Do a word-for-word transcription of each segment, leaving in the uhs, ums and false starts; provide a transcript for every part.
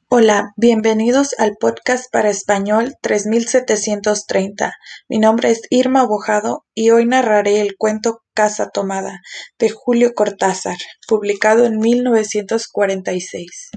Hola, bienvenidos al podcast para español tres mil setecientos treinta. Mi nombre es Irma Bojado y hoy narraré el cuento Casa Tomada de Julio Cortázar, publicado en mil novecientos cuarenta y seis.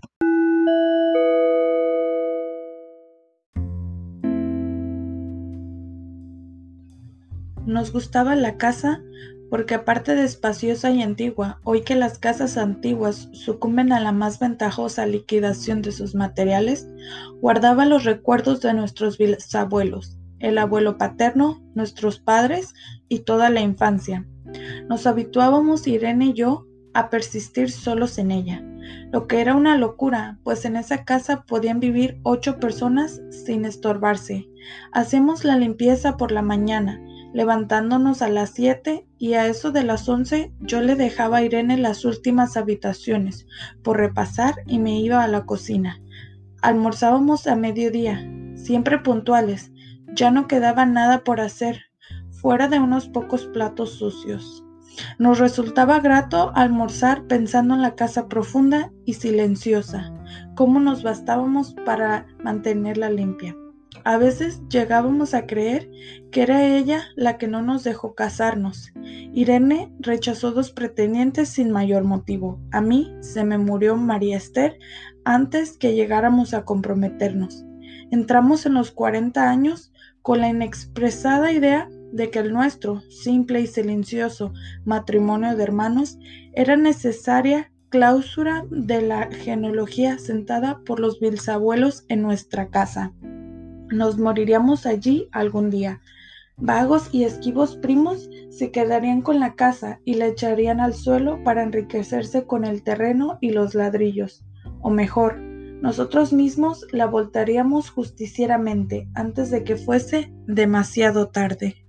Nos gustaba la casa porque, aparte de espaciosa y antigua, hoy que las casas antiguas sucumben a la más ventajosa liquidación de sus materiales, guardaba los recuerdos de nuestros bisabuelos, el abuelo paterno, nuestros padres y toda la infancia. Nos habituábamos, Irene y yo, a persistir solos en ella, lo que era una locura, pues en esa casa podían vivir ocho personas sin estorbarse. Hacíamos la limpieza por la mañana, levantándonos a las siete, y a eso de las once yo le dejaba a Irene las últimas habitaciones por repasar y me iba a la cocina. Almorzábamos a mediodía, siempre puntuales. Ya no quedaba nada por hacer, fuera de unos pocos platos sucios. Nos resultaba grato almorzar pensando en la casa profunda y silenciosa, cómo nos bastábamos para mantenerla limpia. A veces llegábamos a creer que era ella la que no nos dejó casarnos. Irene rechazó dos pretendientes sin mayor motivo. A mí se me murió María Esther antes que llegáramos a comprometernos. Entramos en los cuarenta años con la inexpresada idea de que el nuestro, simple y silencioso matrimonio de hermanos, era necesaria cláusula de la genealogía sentada por los bisabuelos en nuestra casa. Nos moriríamos allí algún día. Vagos y esquivos primos se quedarían con la casa y la echarían al suelo para enriquecerse con el terreno y los ladrillos. O mejor, nosotros mismos la voltaríamos justicieramente antes de que fuese demasiado tarde.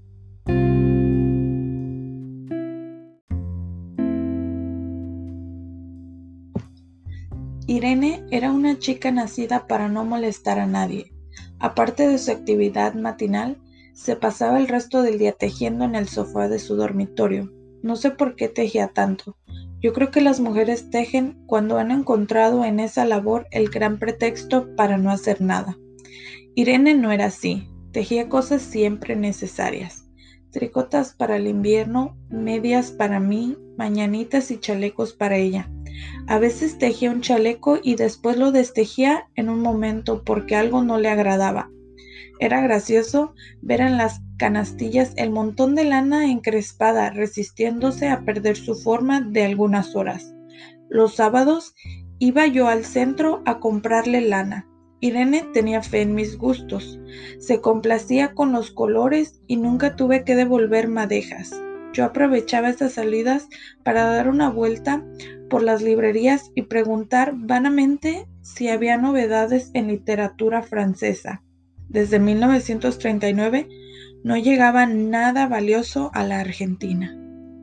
Irene era una chica nacida para no molestar a nadie. Aparte de su actividad matinal, se pasaba el resto del día tejiendo en el sofá de su dormitorio. No sé por qué tejía tanto. Yo creo que las mujeres tejen cuando han encontrado en esa labor el gran pretexto para no hacer nada. Irene no era así. Tejía cosas siempre necesarias. Tricotas para el invierno, medias para mí, mañanitas y chalecos para ella. A veces tejía un chaleco y después lo destejía en un momento porque algo no le agradaba. Era gracioso ver en las canastillas el montón de lana encrespada resistiéndose a perder su forma de algunas horas. Los sábados iba yo al centro a comprarle lana. Irene tenía fe en mis gustos, se complacía con los colores y nunca tuve que devolver madejas. Yo aprovechaba esas salidas para dar una vuelta por las librerías y preguntar vanamente si había novedades en literatura francesa. Desde mil novecientos treinta y nueve no llegaba nada valioso a la Argentina.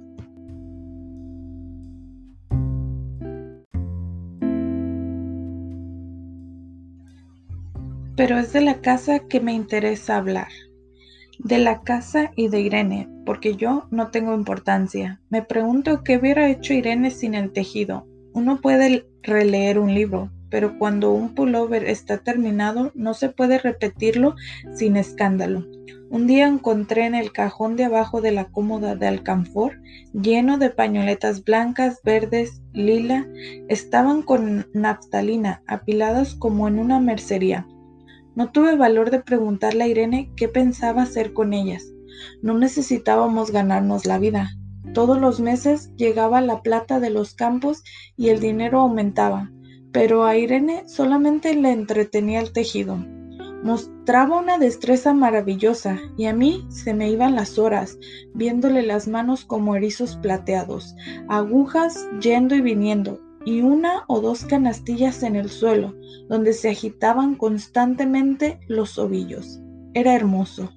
Pero es de la casa que me interesa hablar. De la casa y de Irene, porque yo no tengo importancia. Me pregunto qué hubiera hecho Irene sin el tejido. Uno puede releer un libro, pero cuando un pullover está terminado no se puede repetirlo sin escándalo. Un día encontré en el cajón de abajo de la cómoda de alcanfor, lleno de pañoletas blancas, verdes, lila, estaban con naftalina, apiladas como en una mercería. No tuve valor de preguntarle a Irene qué pensaba hacer con ellas. No necesitábamos ganarnos la vida. Todos los meses llegaba la plata de los campos y el dinero aumentaba, pero a Irene solamente le entretenía el tejido. Mostraba una destreza maravillosa y a mí se me iban las horas, viéndole las manos como erizos plateados, agujas yendo y viniendo, y una o dos canastillas en el suelo, donde se agitaban constantemente los ovillos. Era hermoso.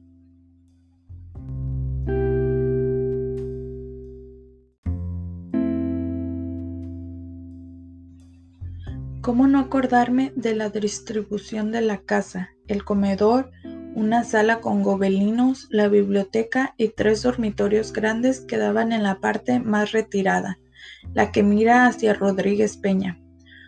¿Cómo no acordarme de la distribución de la casa, el comedor, una sala con gobelinos, la biblioteca y tres dormitorios grandes que daban en la parte más retirada, la que mira hacia Rodríguez Peña?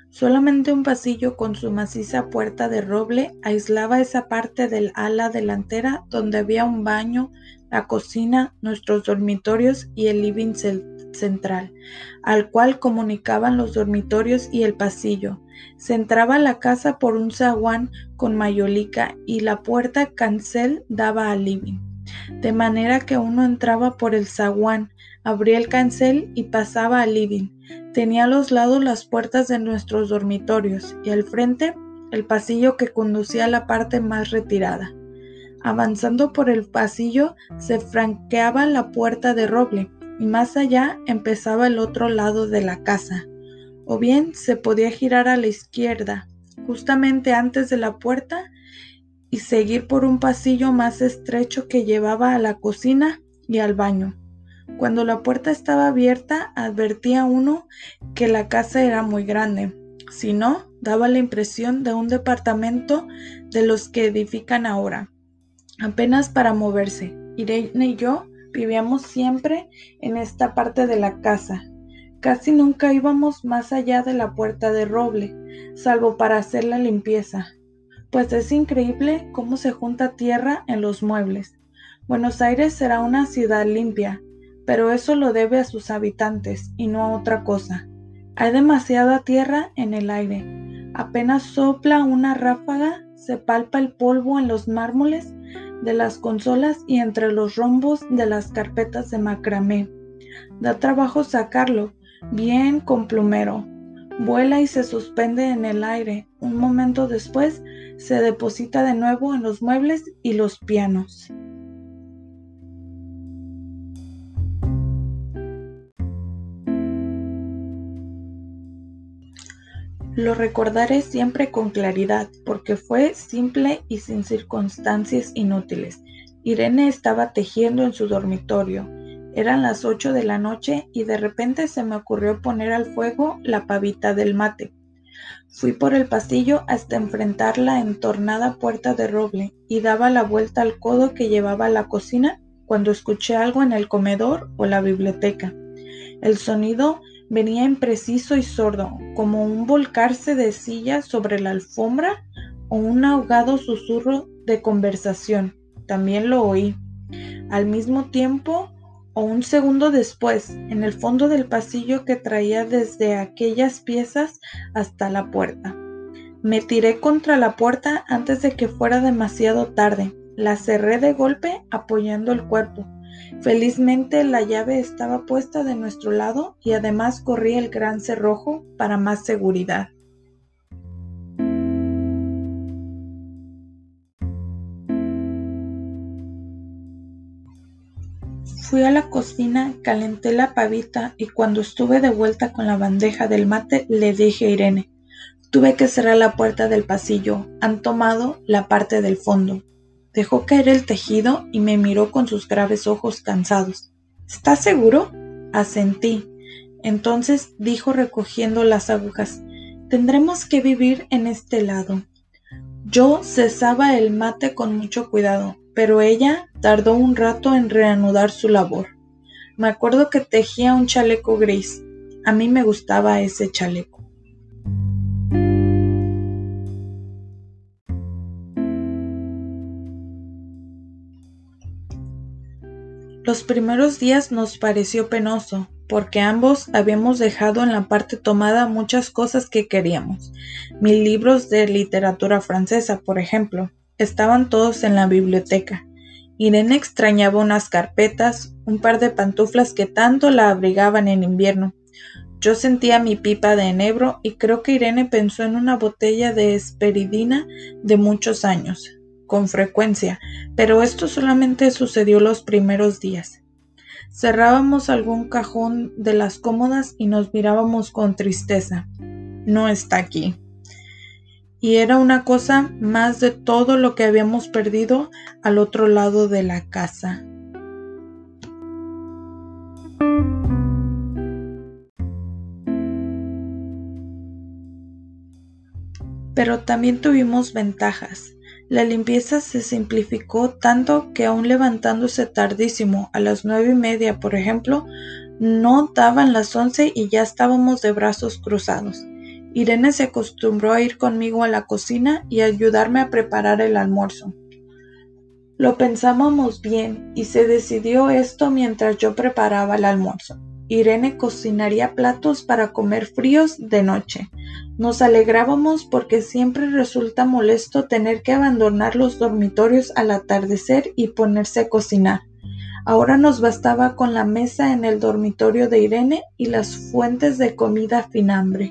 Solamente un pasillo con su maciza puerta de roble aislaba esa parte del ala delantera donde había un baño, la cocina, nuestros dormitorios y el living central, al cual comunicaban los dormitorios y el pasillo. Se entraba a la casa por un zaguán con mayolica y la puerta cancel daba al living, de manera que uno entraba por el zaguán, abría el cancel y pasaba al living. Tenía a los lados las puertas de nuestros dormitorios y al frente el pasillo que conducía a la parte más retirada. Avanzando por el pasillo se franqueaba la puerta de roble y más allá empezaba el otro lado de la casa. O bien se podía girar a la izquierda, justamente antes de la puerta, y seguir por un pasillo más estrecho que llevaba a la cocina y al baño. Cuando la puerta estaba abierta, advertía uno que la casa era muy grande. Si no, daba la impresión de un departamento de los que edifican ahora, apenas para moverse. Irene y yo vivíamos siempre en esta parte de la casa. Casi nunca íbamos más allá de la puerta de roble, salvo para hacer la limpieza, pues es increíble cómo se junta tierra en los muebles. Buenos Aires será una ciudad limpia, pero eso lo debe a sus habitantes y no a otra cosa. Hay demasiada tierra en el aire. Apenas sopla una ráfaga, se palpa el polvo en los mármoles de las consolas y entre los rombos de las carpetas de macramé. Da trabajo sacarlo, bien con plumero. Vuela y se suspende en el aire. Un momento después se deposita de nuevo en los muebles y los pianos. Lo recordaré siempre con claridad, porque fue simple y sin circunstancias inútiles. Irene estaba tejiendo en su dormitorio. Eran las ocho de la noche y de repente se me ocurrió poner al fuego la pavita del mate. Fui por el pasillo hasta enfrentar la entornada puerta de roble y daba la vuelta al codo que llevaba a la cocina cuando escuché algo en el comedor o la biblioteca. El sonido venía impreciso y sordo, como un volcarse de silla sobre la alfombra o un ahogado susurro de conversación. También lo oí. Al mismo tiempo, o un segundo después, en el fondo del pasillo que traía desde aquellas piezas hasta la puerta. Me tiré contra la puerta antes de que fuera demasiado tarde. La cerré de golpe apoyando el cuerpo. Felizmente la llave estaba puesta de nuestro lado y además corrí el gran cerrojo para más seguridad. Fui a la cocina, calenté la pavita y cuando estuve de vuelta con la bandeja del mate le dije a Irene: tuve que cerrar la puerta del pasillo, han tomado la parte del fondo. Dejó caer el tejido y me miró con sus graves ojos cansados. ¿Estás seguro? Asentí. Entonces dijo recogiendo las agujas: tendremos que vivir en este lado. Yo cesaba el mate con mucho cuidado, pero ella tardó un rato en reanudar su labor. Me acuerdo que tejía un chaleco gris. A mí me gustaba ese chaleco. Los primeros días nos pareció penoso, porque ambos habíamos dejado en la parte tomada muchas cosas que queríamos. Mis libros de literatura francesa, por ejemplo, estaban todos en la biblioteca. Irene extrañaba unas carpetas, un par de pantuflas que tanto la abrigaban en invierno. Yo sentía mi pipa de enebro y creo que Irene pensó en una botella de esperidina de muchos años. Con frecuencia, pero esto solamente sucedió los primeros días. Cerrábamos algún cajón de las cómodas y nos mirábamos con tristeza. No está aquí. Y era una cosa más de todo lo que habíamos perdido al otro lado de la casa. Pero también tuvimos ventajas. La limpieza se simplificó tanto que aún levantándose tardísimo, a las nueve y media, por ejemplo, no daban las once y ya estábamos de brazos cruzados. Irene se acostumbró a ir conmigo a la cocina y a ayudarme a preparar el almuerzo. Lo pensábamos bien y se decidió esto mientras yo preparaba el almuerzo. Irene cocinaría platos para comer fríos de noche. Nos alegrábamos porque siempre resulta molesto tener que abandonar los dormitorios al atardecer y ponerse a cocinar. Ahora nos bastaba con la mesa en el dormitorio de Irene y las fuentes de comida sin hambre.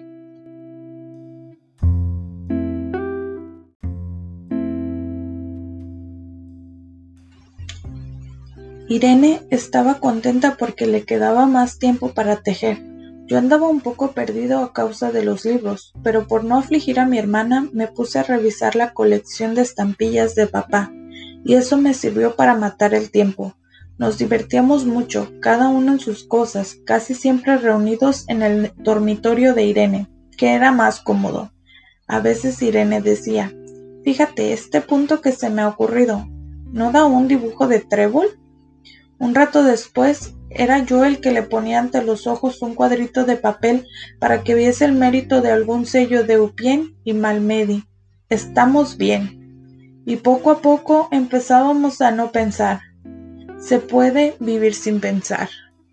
Irene estaba contenta porque le quedaba más tiempo para tejer. Yo andaba un poco perdido a causa de los libros, pero por no afligir a mi hermana me puse a revisar la colección de estampillas de papá, y eso me sirvió para matar el tiempo. Nos divertíamos mucho, cada uno en sus cosas, casi siempre reunidos en el dormitorio de Irene, que era más cómodo. A veces Irene decía, «Fíjate, este punto que se me ha ocurrido, ¿no da un dibujo de trébol?». Un rato después, era yo el que le ponía ante los ojos un cuadrito de papel para que viese el mérito de algún sello de Upién y Malmedy. Estamos bien. Y poco a poco empezábamos a no pensar. Se puede vivir sin pensar.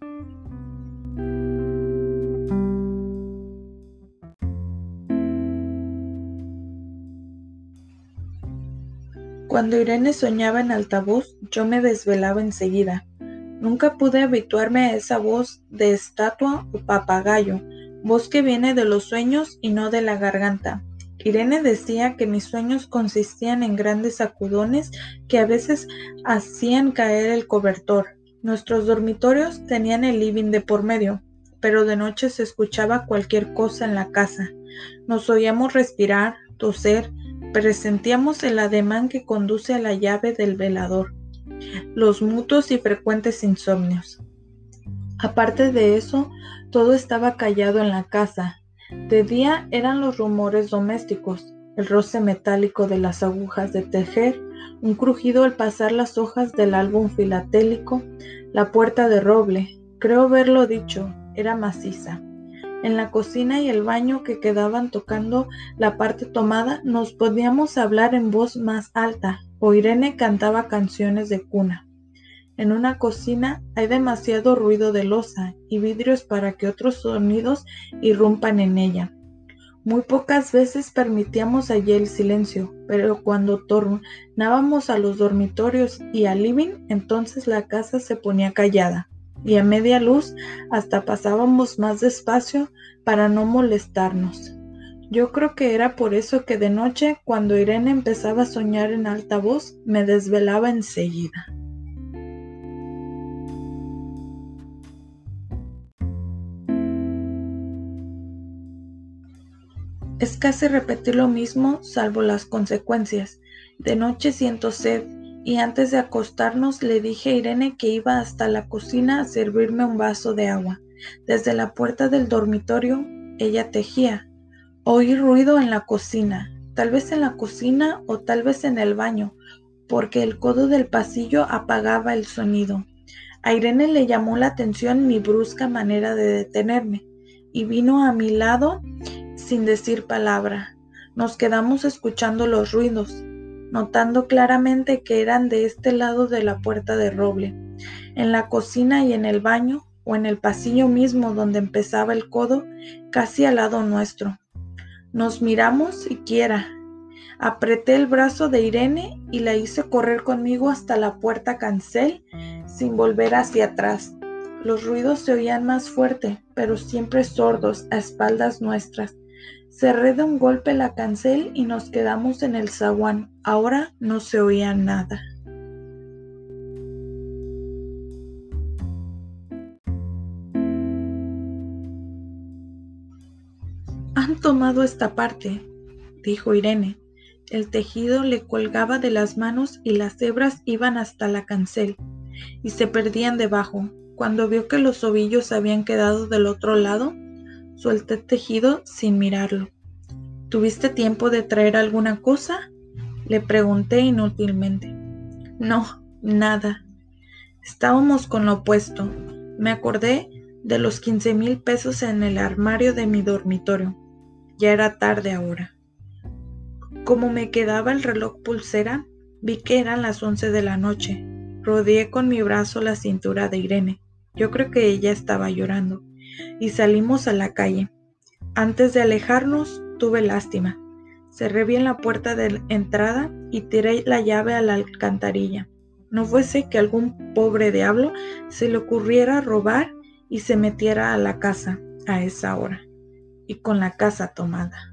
Cuando Irene soñaba en altavoz, yo me desvelaba enseguida. Nunca pude habituarme a esa voz de estatua o papagayo, voz que viene de los sueños y no de la garganta. Irene decía que mis sueños consistían en grandes sacudones que a veces hacían caer el cobertor. Nuestros dormitorios tenían el living de por medio, pero de noche se escuchaba cualquier cosa en la casa. Nos oíamos respirar, toser, presentíamos el ademán que conduce a la llave del velador, los mutuos y frecuentes insomnios. Aparte de eso, todo estaba callado en la casa. De día eran los rumores domésticos, el roce metálico de las agujas de tejer, un crujido al pasar las hojas del álbum filatélico, la puerta de roble, creo verlo dicho, era maciza. En la cocina y el baño que quedaban tocando la parte tomada, nos podíamos hablar en voz más alta, o Irene cantaba canciones de cuna. En una cocina hay demasiado ruido de loza y vidrios para que otros sonidos irrumpan en ella. Muy pocas veces permitíamos allí el silencio, pero cuando tornábamos a los dormitorios y al living, entonces la casa se ponía callada, y a media luz hasta pasábamos más despacio para no molestarnos. Yo creo que era por eso que de noche, cuando Irene empezaba a soñar en alta voz, me desvelaba enseguida. Es casi repetir lo mismo, salvo las consecuencias. De noche siento sed, y antes de acostarnos le dije a Irene que iba hasta la cocina a servirme un vaso de agua. Desde la puerta del dormitorio, ella tejía. Oí ruido en la cocina, tal vez en la cocina o tal vez en el baño, porque el codo del pasillo apagaba el sonido. A Irene le llamó la atención mi brusca manera de detenerme, y vino a mi lado sin decir palabra. Nos quedamos escuchando los ruidos, notando claramente que eran de este lado de la puerta de roble, en la cocina y en el baño, o en el pasillo mismo donde empezaba el codo, casi al lado nuestro. Nos miramos siquiera. Apreté el brazo de Irene y la hice correr conmigo hasta la puerta cancel, sin volver hacia atrás. Los ruidos se oían más fuerte, pero siempre sordos, a espaldas nuestras. Cerré de un golpe la cancel y nos quedamos en el zaguán. Ahora no se oía nada. «Han tomado esta parte», dijo Irene. El tejido le colgaba de las manos y las hebras iban hasta la cancel y se perdían debajo. Cuando vio que los ovillos habían quedado del otro lado, solté el tejido sin mirarlo. «¿Tuviste tiempo de traer alguna cosa?», le pregunté inútilmente. «No, nada. Estábamos con lo opuesto». Me acordé de los quince mil pesos en el armario de mi dormitorio. Ya era tarde ahora. Como me quedaba el reloj pulsera, vi que eran las once de la noche. Rodeé con mi brazo la cintura de Irene. Yo creo que ella estaba llorando. Y salimos a la calle. Antes de alejarnos, tuve lástima. Cerré bien la puerta de entrada y tiré la llave a la alcantarilla. No fuese que algún pobre diablo se le ocurriera robar y se metiera a la casa a esa hora, y con la casa tomada.